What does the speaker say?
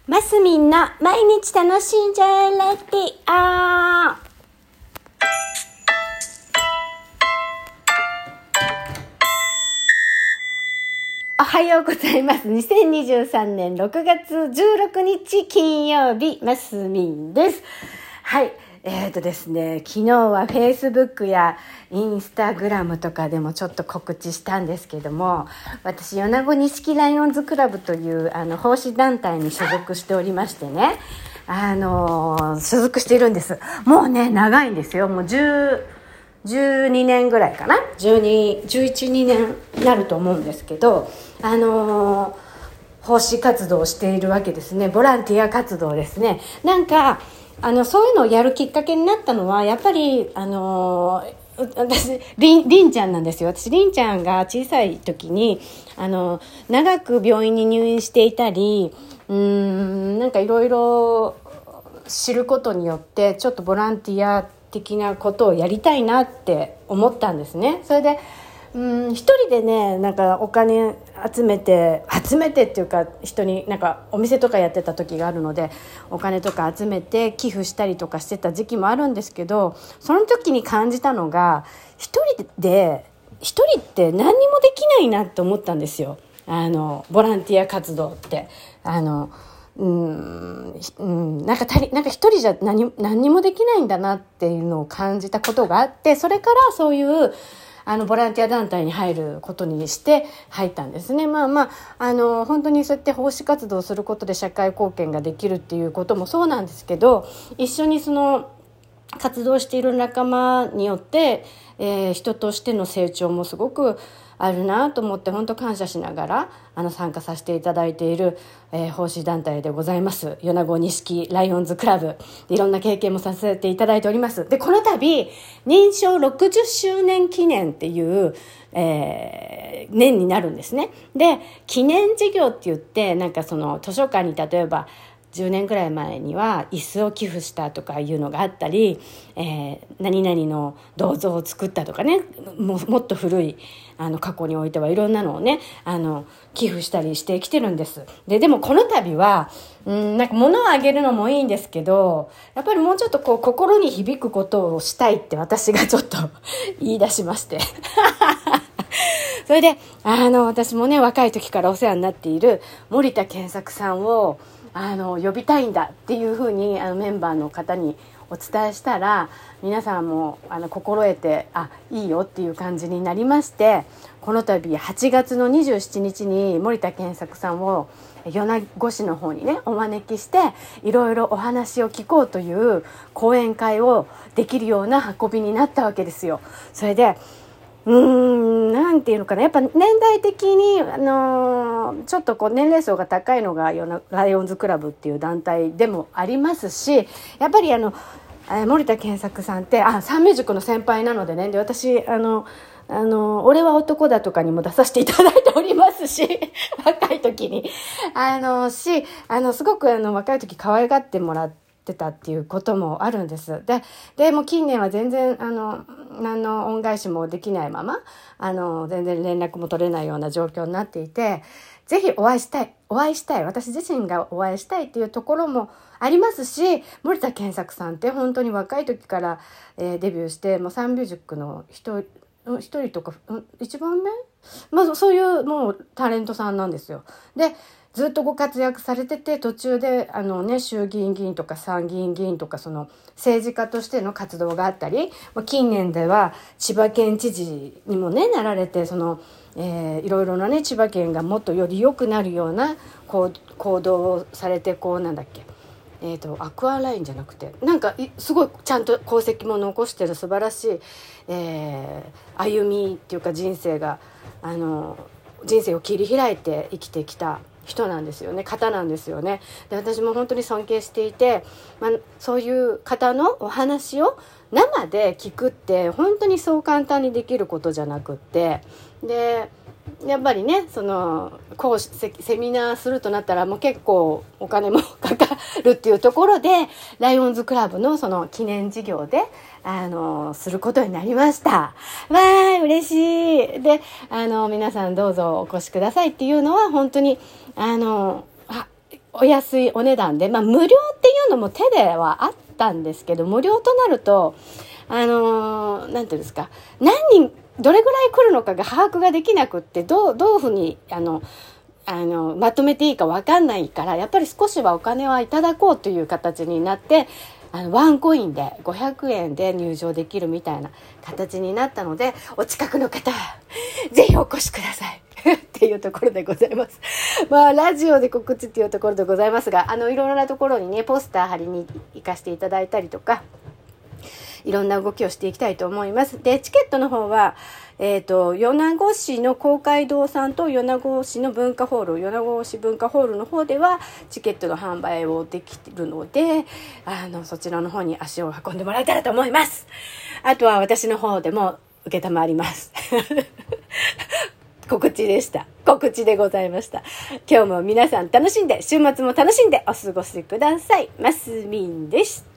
マスミンの毎日楽しんじゃえレディオ。おはようございます。2023年6月16日金曜日、マスミンです。はい。ですね、昨日は Facebook や Instagram とかでもちょっと告知したんですけども、私、米子錦ライオンズクラブという奉仕団体に所属しておりましてね、所属しているんです。もうね、長いんですよ。もう12年ぐらいかな。11、2年になると思うんですけど、奉仕活動をしているわけですね。ボランティア活動ですね。なんか、そういうのをやるきっかけになったのは、やっぱり、私、りんちゃんなんですよ。私、りんちゃんが小さい時に、長く病院に入院していたり、なんかいろいろ知ることによって、ちょっとボランティア的なことをやりたいなって思ったんですね。それで、一人でね、なんかお金集めてっていうか、人になんかお店とかやってた時があるので、お金とか集めて寄付したりとかしてた時期もあるんですけど、その時に感じたのが、一人って何にもできないなって思ったんですよ。ボランティア活動ってなんか一人じゃ何にもできないんだなっていうのを感じたことがあって、それからそういうボランティア団体に入ることにして入ったんですね。本当にそうやって奉仕活動をすることで社会貢献ができるっていうこともそうなんですけど、一緒にその活動している仲間によって、人としての成長もすごくあるなと思って、本当感謝しながら参加させていただいている、奉仕団体でございます。米子錦ライオンズクラブ。いろんな経験もさせていただいております。で、この度認証60周年記念っていう、年になるんですね。で、記念事業って言って、なんかその図書館に例えば10年くらい前には椅子を寄付したとかいうのがあったり、何々の銅像を作ったとかね、もっと古い過去においてはいろんなのをね寄付したりしてきてるんです。でもこの度はなんか物をあげるのもいいんですけど、やっぱりもうちょっとこう心に響くことをしたいって私がちょっと言い出しましてそれで私もね、若い時からお世話になっている森田健作さんを呼びたいんだっていうふうにメンバーの方にお伝えしたら、皆さんも心得ていいよっていう感じになりまして、この度8月の27日に森田健作さんを米子市の方にねお招きして、いろいろお話を聞こうという講演会をできるような運びになったわけですよ。それでなんていうのかな、やっぱ年代的に、ちょっとこう年齢層が高いのがライオンズクラブっていう団体でもありますし、やっぱり森田健作さんって三名塾の先輩なのでね、で私俺は男だとかにも出させていただいておりますし若い時にすごく若い時可愛がってもらってたっていうこともあるんです。でもう近年は全然何の恩返しもできないまま全然連絡も取れないような状況になっていて、ぜひお会いしたい、私自身がお会いしたいっていうところもありますし、森田健作さんって本当に若い時から、デビューして、もう三美塾の一人とか一番目、そういうもうタレントさんなんですよ。でずっとご活躍されてて、途中で衆議院議員とか参議院議員とかその政治家としての活動があったり、近年では千葉県知事にもねなられて、いろいろなね千葉県がもっとより良くなるような行動をされて、アクアラインじゃなくてなんかすごいちゃんと功績も残してる素晴らしい、歩みっていうか人生を切り開いて生きてきた方なんですよね。で私も本当に尊敬していて、そういう方のお話を生で聞くって本当にそう簡単にできることじゃなくって、でやっぱりねセミナーするとなったらもう結構お金もかかるっていうところで、ライオンズクラブのその記念事業ですることになりました。わーい、嬉しい。で皆さんどうぞお越しくださいっていうのは本当にお安いお値段で、無料っていうのも手ではあったんですけど、無料となると、なんていうんですか、何人、どれぐらい来るのかが把握ができなくって、どういうふうに、まとめていいか分かんないから、やっぱり少しはお金はいただこうという形になって、ワンコインで500円で入場できるみたいな形になったので、お近くの方はぜひお越しくださいっていうところでございます。ラジオで告知っていうところでございますが、いろいろなところにね、ポスター貼りに行かせていただいたりとか、いろんな動きをしていきたいと思います。で、チケットの方は、米子市の公会堂さんと米子市の文化ホール、米子市文化ホールの方ではチケットの販売をできるので、そちらの方に足を運んでもらえたらと思います。あとは私の方でも受けたまります。告知でした。告知でございました。今日も皆さん楽しんで、週末も楽しんでお過ごしください。ますみんでした。